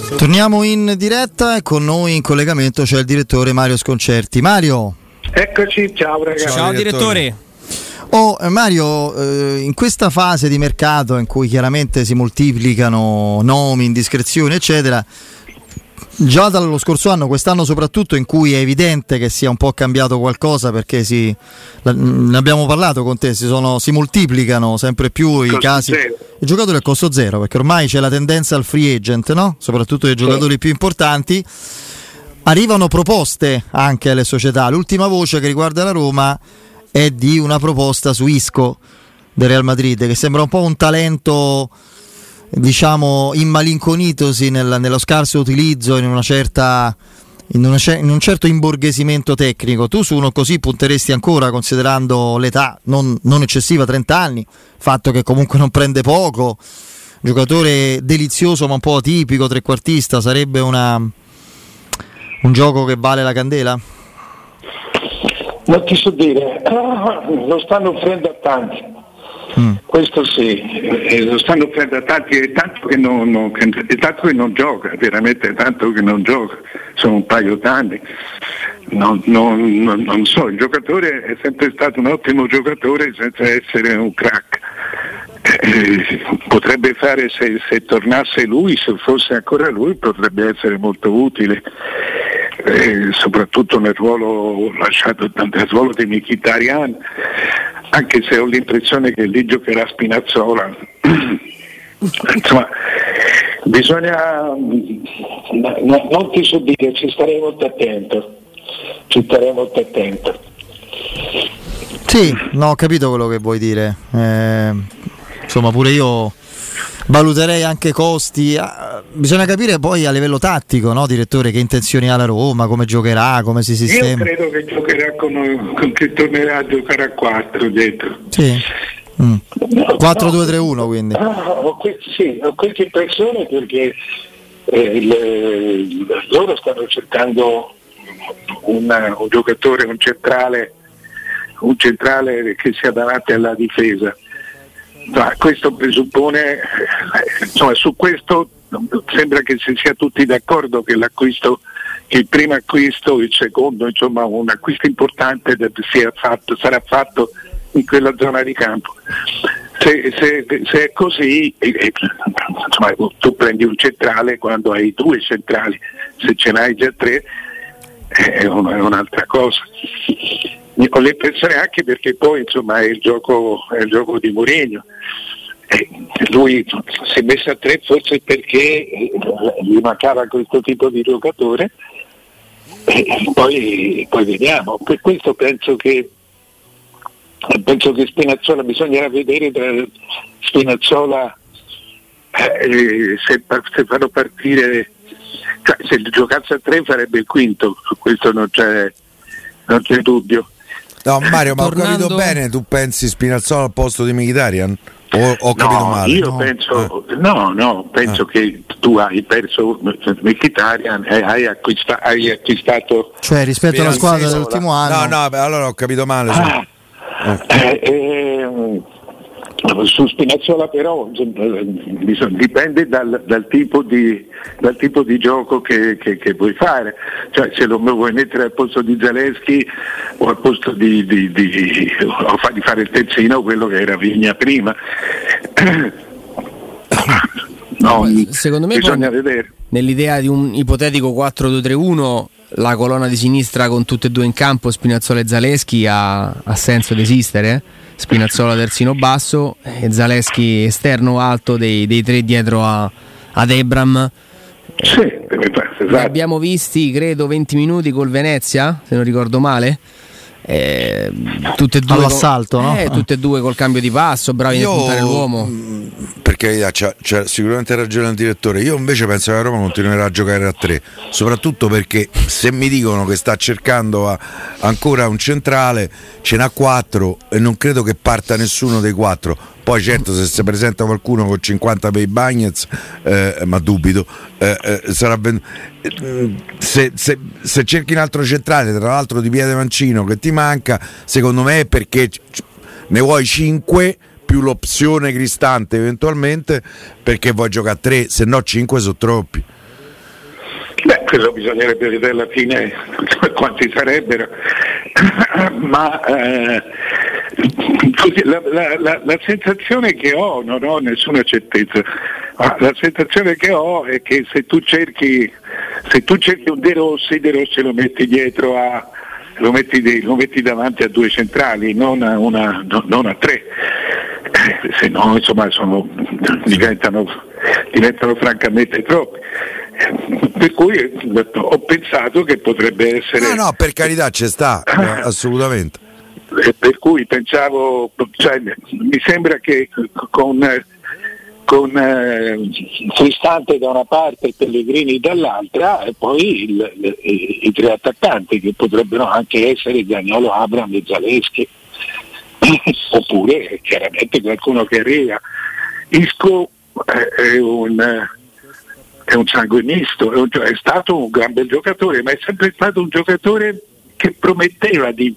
Torniamo in diretta e con noi in collegamento c'è il direttore Mario Sconcerti. Mario. Eccoci, ciao ragazzi. Ciao direttore. Mario, in questa fase di mercato in cui chiaramente si moltiplicano nomi, indiscrezioni eccetera, già dallo scorso anno, quest'anno soprattutto, in cui è evidente che sia un po' cambiato qualcosa perché ne abbiamo parlato con te, si moltiplicano sempre più i casi. Il giocatore a costo zero, perché ormai c'è la tendenza al free agent, no? Soprattutto dei giocatori più importanti. Arrivano proposte anche alle società. L'ultima voce che riguarda la Roma è di una proposta su Isco del Real Madrid, che sembra un po' un talento, diciamo, immalinconitosi nello scarso utilizzo, in un certo imborghesimento tecnico. Tu su uno così punteresti ancora, considerando l'età non eccessiva, 30 anni, fatto che comunque non prende poco, giocatore delizioso ma un po' atipico, trequartista, sarebbe un gioco che vale la candela? Non ti so dire, lo stanno offrendo a tanti, questo sì, lo stanno offrendo a tanti, è tanto che non gioca, veramente tanto che non gioca, sono un paio d'anni, non so, il giocatore è sempre stato un ottimo giocatore senza essere un crack. Potrebbe fare, se tornasse lui, se fosse ancora lui, potrebbe essere molto utile, soprattutto nel ruolo di Mkhitaryan, anche se ho l'impressione che lì giocherà Spinazzola. Insomma, bisogna, non ti so dire, ci starei molto attento. Sì, no, ho capito quello che vuoi dire. Insomma, pure io valuterei anche costi. Bisogna capire poi a livello tattico, no, direttore, che intenzioni ha la Roma, come giocherà, come si sistema. Io credo che giocherà che tornerà a giocare a 4 dentro. Sì. 4-2-3-1 quindi. Ho questa impressione perché loro stanno cercando un giocatore, un centrale che sia davanti alla difesa. Questo presuppone, insomma, su questo sembra che si sia tutti d'accordo che l'acquisto, che il primo acquisto, il secondo, insomma un acquisto importante sarà fatto in quella zona di campo. Se è così, insomma, tu prendi un centrale quando hai 2 centrali, se ce n'hai già 3 è un'altra cosa. Ho l'impressione anche perché poi insomma è il gioco di Mourinho. Lui si è messo a 3 forse perché gli mancava questo tipo di giocatore, e poi vediamo. Per questo penso che Spinazzola, bisognerà vedere tra Spinazzola se fanno partire, cioè, se giocasse a 3 farebbe il quinto, su questo non c'è dubbio. No, Mario, ma ho capito bene, tu pensi Spinazzola al posto di Mkhitaryan? O ho capito male? Io penso che tu hai perso Mkhitaryan e hai acquistato, cioè rispetto alla squadra dell'ultimo anno. No, allora ho capito male. Su Spinazzola però dipende dal tipo di gioco che vuoi fare, cioè se lo vuoi mettere al posto di Zalewski o al posto di fare il terzino, quello che era Vigna prima. No, secondo me bisogna vedere. Nell'idea di un ipotetico 4-2-3-1 la colonna di sinistra con tutte e due in campo, Spinazzola e Zalewski, ha senso di esistere. Spinazzola terzino basso e Zalewski esterno alto dei 3 dietro ad Ebram. Sì, esatto. Li abbiamo visti credo 20 minuti col Venezia, se non ricordo male. Tutte e due all'assalto, no? Tutte e due col cambio di passo, bravi a puntare l'uomo. Perché c'ha sicuramente ragione il direttore. Io invece penso che la Roma continuerà a giocare a 3, soprattutto perché se mi dicono che sta cercando ancora un centrale, ce n'ha 4 e non credo che parta nessuno dei 4. Poi certo, se si presenta qualcuno con 50 per i Bagnets, ma dubito, sarà se cerchi un altro centrale, tra l'altro di piede mancino, che ti manca, secondo me è perché ne vuoi 5 più l'opzione Cristante eventualmente, perché vuoi giocare a 3, se no 5 sono troppi. quello bisognerebbe vedere alla fine quanti sarebbero, ma così, la sensazione che ho, non ho nessuna certezza, ma la sensazione che ho è che se tu cerchi un De Rossi lo metti dietro lo metti davanti a due centrali, non a tre, se no insomma diventano francamente troppi. Per cui ho pensato che potrebbe essere. No, per carità, c'è sta, assolutamente. Per cui pensavo, cioè, mi sembra che con Cristante da una parte e Pellegrini dall'altra, e poi i tre attaccanti che potrebbero anche essere Zaniolo, Abraham e Zaleschi, oppure chiaramente qualcuno che arriva. Isco è un sangue misto, è stato un gran bel giocatore, ma è sempre stato un giocatore che prometteva di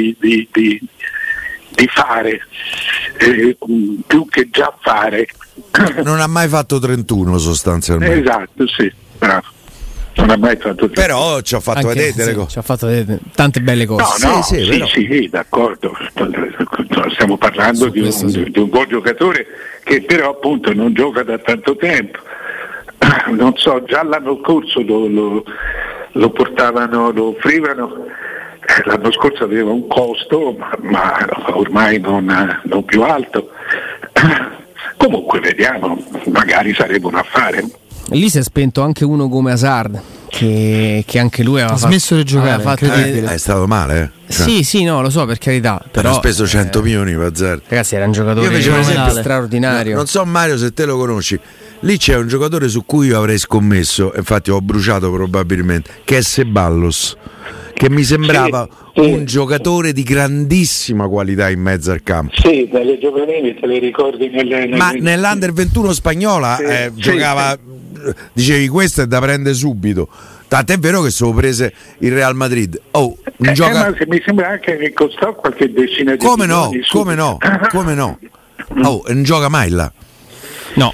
fare più che già fare. Non ha mai fatto 31 sostanzialmente. Esatto, sì, bravo. Non ha mai fatto 31. Però ci ha fatto vedere tante belle cose. Sì, d'accordo. Stiamo parlando di un buon giocatore che però appunto non gioca da tanto tempo. Non so, già l'anno scorso lo portavano, lo offrivano, l'anno scorso aveva un costo ma ormai non più alto. Comunque vediamo, magari sarebbe un affare. Lì si è spento anche uno come Hazard che anche lui ha smesso di giocare, è stato male, Cioè. Sì, no, lo so, per carità, però ha speso 100 milioni per Hazard. Ragazzi, era un giocatore io invece, per esempio, straordinario. Non so Mario se te lo conosci. Lì c'è un giocatore su cui io avrei scommesso, infatti ho bruciato probabilmente, che è Ceballos, che mi sembrava un giocatore di grandissima qualità in mezzo al campo. Sì, dalle giovanili te le ricordi ma nell'Under 21 spagnola giocava, dicevi questo è da prendere subito. Tant'è vero che sono prese il Real Madrid. Ma mi sembra anche che costò qualche decina di milioni. Come no? Non gioca mai là. No.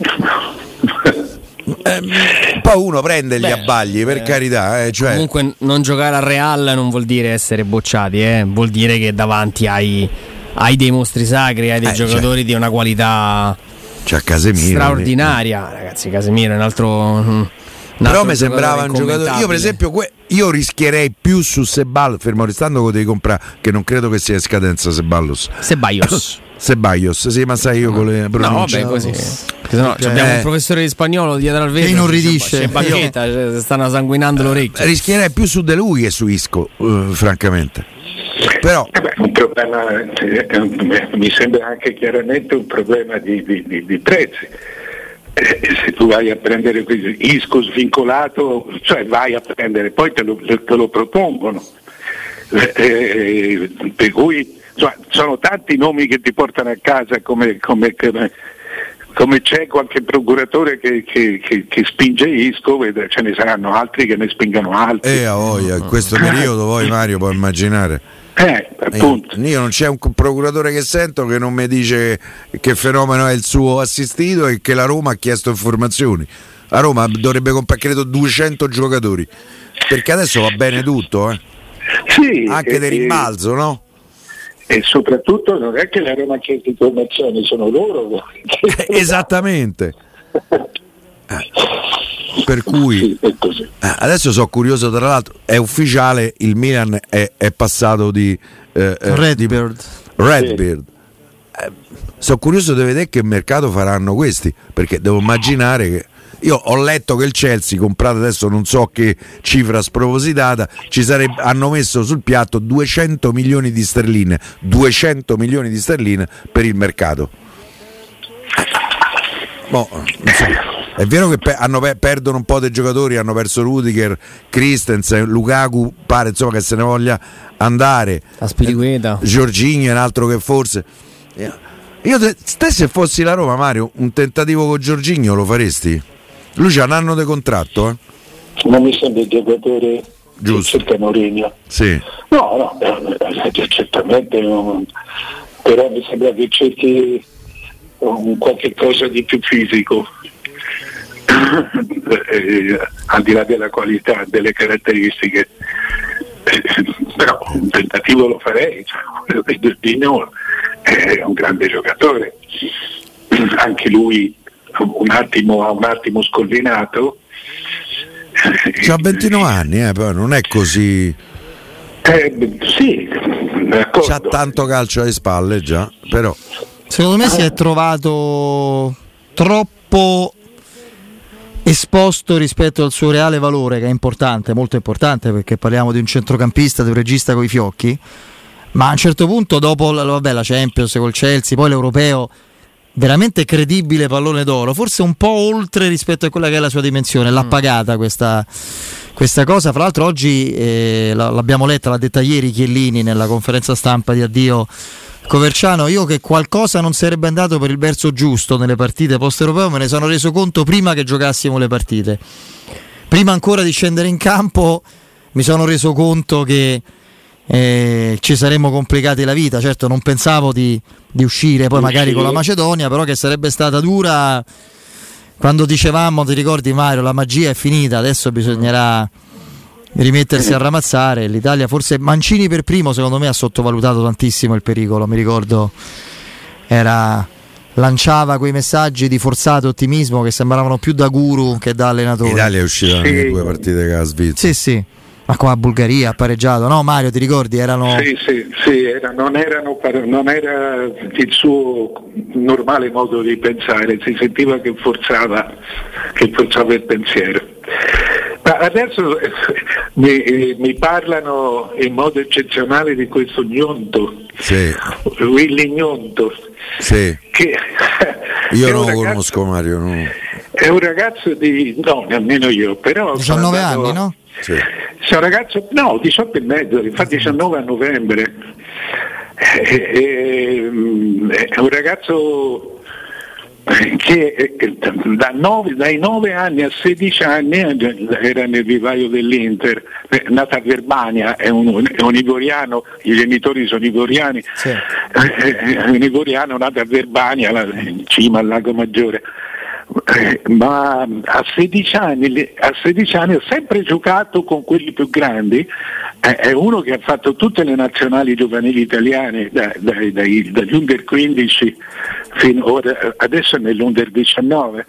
Poi uno prende gli abbagli, per carità. Cioè. Comunque non giocare al Real non vuol dire essere bocciati, vuol dire che davanti hai dei mostri sacri, hai dei giocatori di una qualità straordinaria. Ragazzi, Casemiro è un altro. Però mi sembrava un giocatore. Io per esempio io rischierei più su Ceballos, fermo restando che lo devi comprare, che non credo che sia in scadenza Ceballos, sì, ma sai io con le pronunce. No, vabbè, così. Sennò abbiamo un professore di spagnolo dietro al vetro. E inorridisce. C'è stanno sanguinando l'orecchio. Rischierei più su De lui che su Isco, francamente. Però un problema, mi sembra anche chiaramente un problema di prezzi. Se tu vai a prendere Isco svincolato, cioè vai a prendere, poi te lo propongono. Per cui sono tanti nomi che ti portano a casa come c'è qualche procuratore che spinge Isco, ce ne saranno altri che ne spingano altri. In questo periodo poi Mario può immaginare. Appunto. Io non c'è un procuratore che sento che non mi dice che fenomeno è il suo assistito e che la Roma ha chiesto informazioni. La Roma dovrebbe comprare credo 200 giocatori, perché adesso va bene tutto, Sì, anche del rimbalzo, no? E soprattutto non è che la Roma ha chiesto informazioni, sono loro. Esattamente. Per cui adesso sono curioso, tra l'altro è ufficiale, il Milan è passato di Redbird. Sono curioso di vedere che mercato faranno questi, perché devo immaginare che io ho letto che il Chelsea, comprato adesso non so che cifra spropositata, hanno messo sul piatto 200 milioni di sterline per il mercato. Non so. È vero che perdono un po' dei giocatori, hanno perso Rudiger, Christensen, Lukaku pare insomma che se ne voglia andare, Aspilicueta, Jorginho è un altro che forse io se fossi la Roma, Mario, un tentativo con Jorginho lo faresti? Lui c'ha un anno di contratto, Non mi sembra il giocatore giusto, cerca Mourinho. Sì. No, certamente no. Però mi sembra che cerchi qualche cosa di più fisico. al di là della qualità, delle caratteristiche, però un tentativo lo farei, quello di Dino è un grande giocatore, anche lui ha un attimo scollinato. C'ha 29 anni, però non è così. Sì, d'accordo. C'ha tanto calcio alle spalle già, però. Secondo me si è trovato troppo esposto rispetto al suo reale valore, che è importante, molto importante, perché parliamo di un centrocampista, di un regista coi fiocchi, ma a un certo punto dopo la Champions col Chelsea, poi l'Europeo, veramente credibile pallone d'oro, forse un po' oltre rispetto a quella che è la sua dimensione, l'ha pagata questa cosa. Fra l'altro oggi l'abbiamo letta, l'ha detta ieri Chiellini nella conferenza stampa di addio Coverciano. Io che qualcosa non sarebbe andato per il verso giusto nelle partite post-europeo me ne sono reso conto prima che giocassimo le partite, prima ancora di scendere in campo mi sono reso conto che ci saremmo complicati la vita. Certo non pensavo di uscire poi magari con la Macedonia, però che sarebbe stata dura, quando dicevamo, ti ricordi Mario, la magia è finita, adesso bisognerà rimettersi a ramazzare. L'Italia, forse Mancini per primo, secondo me ha sottovalutato tantissimo il pericolo. Mi ricordo lanciava quei messaggi di forzato ottimismo che sembravano più da guru che da allenatore. L'Italia è uscita nelle 2 partite con la Svizzera. Sì, ma qua a Bulgaria ha pareggiato, no Mario, ti ricordi? Erano... Sì, non era il suo normale modo di pensare, si sentiva che forzava il pensiero. Ma adesso mi parlano in modo eccezionale di questo Gnonto, Willy Gnonto, che io non lo conosco, Mario, no. È un ragazzo no, nemmeno io, però 19 anni, no? Sì. C'è un ragazzo, 18 e mezzo, infatti 19 a novembre, è un ragazzo che dai 9 anni a 16 anni era nel vivaio dell'Inter, nato a Verbania, è un ivoriano, i genitori sono ivoriani, è un ivoriano nato a Verbania, in cima al Lago Maggiore. Ma a 16 anni ha sempre giocato con quelli più grandi, è uno che ha fatto tutte le nazionali giovanili italiane dagli under 15 fino ora, adesso è nell'under 19,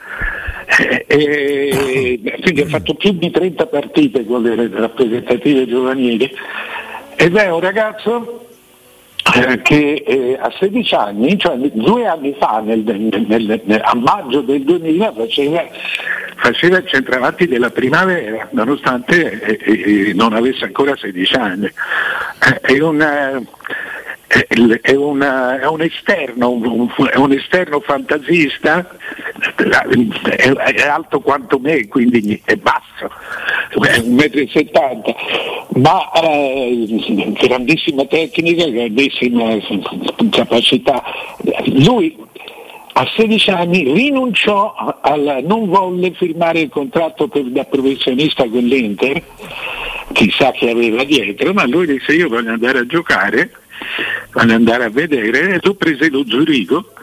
quindi ha fatto più di 30 partite con le rappresentative giovanili ed è un ragazzo che a 16 anni, cioè 2 anni fa, a maggio del 2000, faceva il centravanti della Primavera, nonostante non avesse ancora 16 anni. È un esterno fantasista, è alto quanto me, quindi è basso, è 1,70 m, ma grandissima tecnica, grandissima capacità. Lui a 16 anni rinunciò non volle firmare il contratto da professionista con l'Inter, chissà che aveva dietro, ma lui disse: io voglio andare a giocare, voglio andare a vedere, e tu prese lo Zurigo.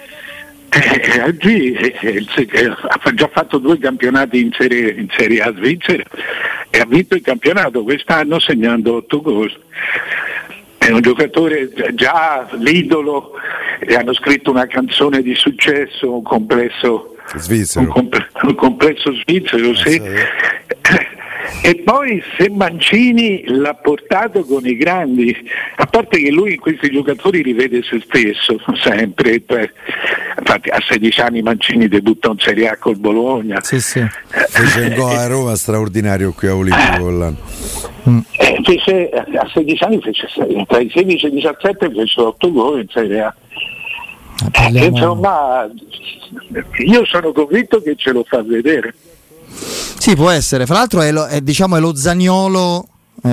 Oggi ha già fatto 2 campionati in serie A svizzera e ha vinto il campionato quest'anno segnando 8 gol. È un giocatore già l'idolo, e hanno scritto una canzone di successo, un complesso svizzero, sì. E poi se Mancini l'ha portato con i grandi, a parte che lui in questi giocatori rivede se stesso sempre, infatti a 16 anni Mancini debuttò in Serie A col Bologna, fece un gol a Roma straordinario qui a Olimpico quell'anno. A 16 anni tra i 16 e i 17 fece 8 gol in Serie A. Insomma, io sono convinto che ce lo fa vedere. Sì, può essere. Fra l'altro è lo Zaniolo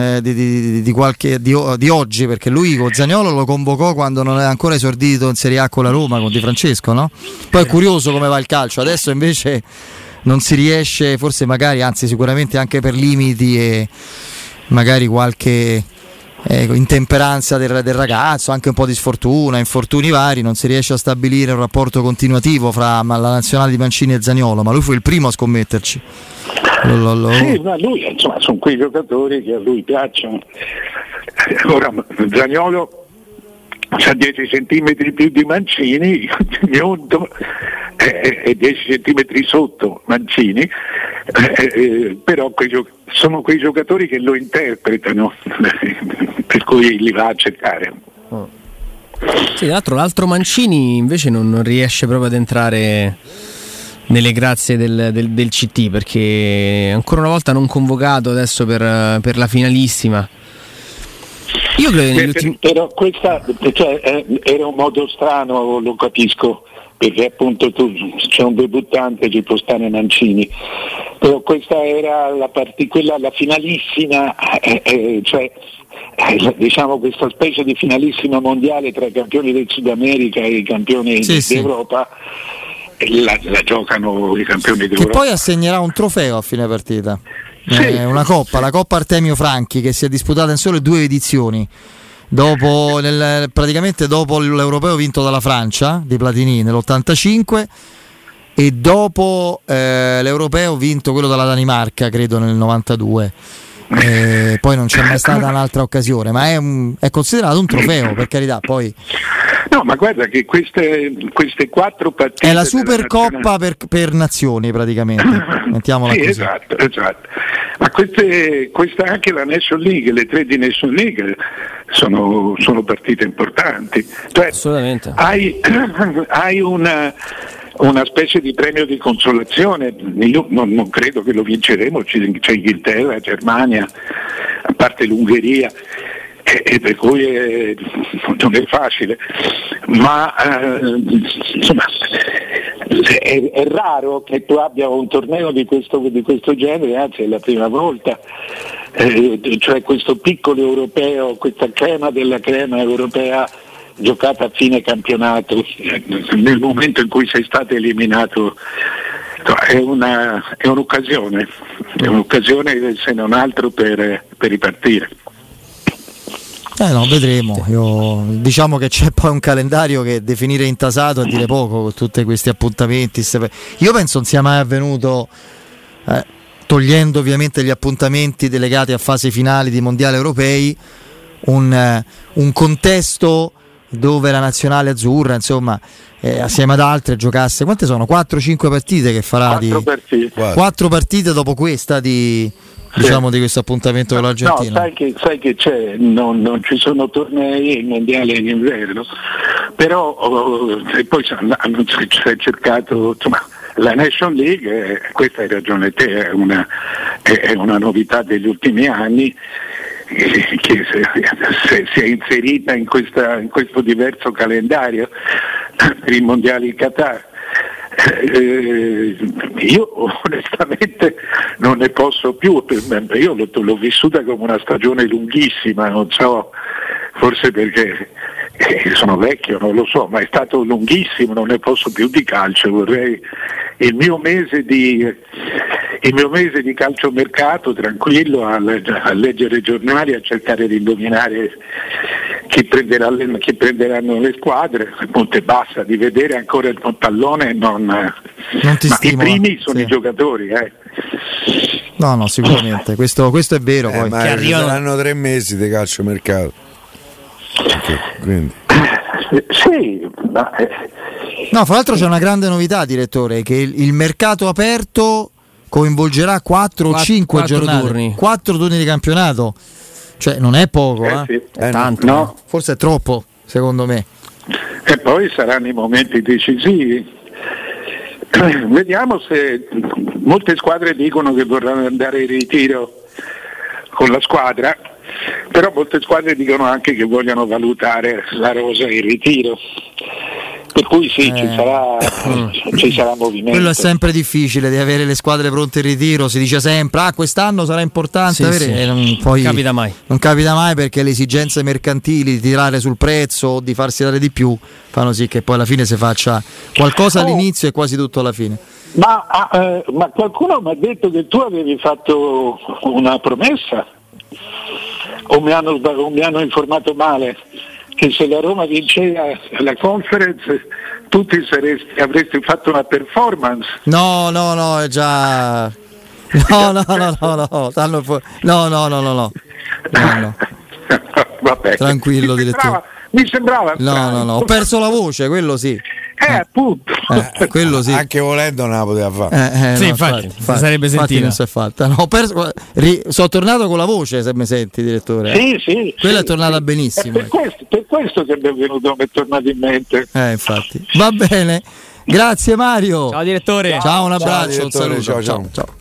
di oggi, perché lui con Zaniolo lo convocò quando non era ancora esordito in Serie A con la Roma, con Di Francesco, no? Poi è curioso come va il calcio. Adesso invece non si riesce, forse magari, anzi sicuramente anche per limiti e magari qualche intemperanza del ragazzo, anche un po' di sfortuna, infortuni vari, non si riesce a stabilire un rapporto continuativo fra la nazionale di Mancini e Zaniolo, ma lui fu il primo a scommetterci. Sì, ma lui, insomma, sono quei giocatori che a lui piacciono. Ora Zaniolo c'ha 10 centimetri più di Mancini, e 10 centimetri sotto Mancini, però sono quei giocatori che lo interpretano, per cui li va a cercare. Sì, tra l'altro l'altro Mancini invece non riesce proprio ad entrare nelle grazie del CT, perché ancora una volta non convocato adesso per la finalissima. Io credo negli ultimi... Però questa era un modo strano, lo capisco, perché appunto c'è un debuttante, ci può stare Mancini, però questa era la finalissima, diciamo questa specie di finalissima mondiale tra i campioni del Sud America e i campioni d'Europa. La giocano i campioni d'Europa. Che poi assegnerà un trofeo a fine partita. Una coppa, la Coppa Artemio Franchi, che si è disputata in sole 2 edizioni, praticamente dopo l'Europeo vinto dalla Francia di Platini nell'85 e dopo l'Europeo vinto quello dalla Danimarca, credo nel 92. Poi non c'è mai stata un'altra occasione, ma è considerato un trofeo, per carità. Poi no, ma guarda che queste 4 partite è la Supercoppa per nazioni, praticamente. Mettiamola così. Esatto. Ma questa anche la Nation League, le 3 di Nation League sono partite importanti. Cioè, assolutamente. Hai una specie di premio di consolazione. Io non credo che lo vinceremo, c'è Inghilterra, Germania, a parte l'Ungheria, e per cui non è facile, ma insomma è raro che tu abbia un torneo di questo genere, anzi è la prima volta, cioè questo piccolo europeo, questa crema della crema europea giocata a fine campionato, nel momento in cui sei stato eliminato. È un'occasione, se non altro per ripartire. No, vedremo. Diciamo che c'è poi un calendario che definire intasato è dire poco, con tutti questi appuntamenti. Io penso non sia mai avvenuto, togliendo ovviamente gli appuntamenti delegati a fasi finali di mondiali europei, un contesto dove la nazionale azzurra, insomma, assieme ad altre giocasse. Quante sono? 4-5 partite che farà? 4 partite dopo questa di questo appuntamento con l'Argentina. No, sai che c'è, non ci sono tornei, il mondiale in inverno, però e poi si è cercato, insomma, la Nation League, questa hai ragione te, è una novità degli ultimi anni, che si è inserita in questo diverso calendario per i mondiali in Qatar. Io onestamente non ne posso più, io l'ho vissuta come una stagione lunghissima, non so, forse perché sono vecchio, non lo so, ma è stato lunghissimo, non ne posso più di calcio. Vorrei il mio mese di calciomercato tranquillo a leggere i giornali, a cercare di indovinare chi prenderanno le squadre, appunto, e basta, di vedere ancora il pallone non ti stimola. I primi sono i giocatori. No, sicuramente, questo è vero. Poi ma saranno 3 mesi di calciomercato. Quindi. Sì, no, fra l'altro c'è una grande novità, direttore, che il mercato aperto coinvolgerà 4 o 5 giornate, turni. 4 turni di campionato, cioè non è poco, sì. È tanto, no. Forse è troppo, secondo me. E poi saranno i momenti decisivi. Vediamo se molte squadre dicono che vorranno andare in ritiro con la squadra, però molte squadre dicono anche che vogliono valutare la rosa in ritiro, per cui sì, ci sarà movimento. Quello è sempre difficile, di avere le squadre pronte in ritiro. Si dice sempre quest'anno sarà importante avere, non capita mai. Non capita mai, perché le esigenze mercantili di tirare sul prezzo o di farsi dare di più fanno sì che poi alla fine si faccia qualcosa all'inizio e quasi tutto alla fine. Ma qualcuno mi ha detto che tu avevi fatto una promessa o mi hanno informato male, che se la Roma vinceva la Conference tutti avresti fatto una performance. No, è già... No. Vabbè. Tranquillo, direttore. Mi sembrava. No, ho perso la voce, quello sì. Appunto. Quello sì. Anche volendo non la poteva fare. Sì, infatti sarebbe sentita. Non si è fatta. No, ho perso, sono tornato con la voce, se mi senti, direttore. Sì. Quella è tornata benissimo. Per questo che mi è tornato in mente. Infatti. Va bene. Grazie Mario. Ciao direttore. Ciao, un abbraccio, Ciao, un saluto. ciao.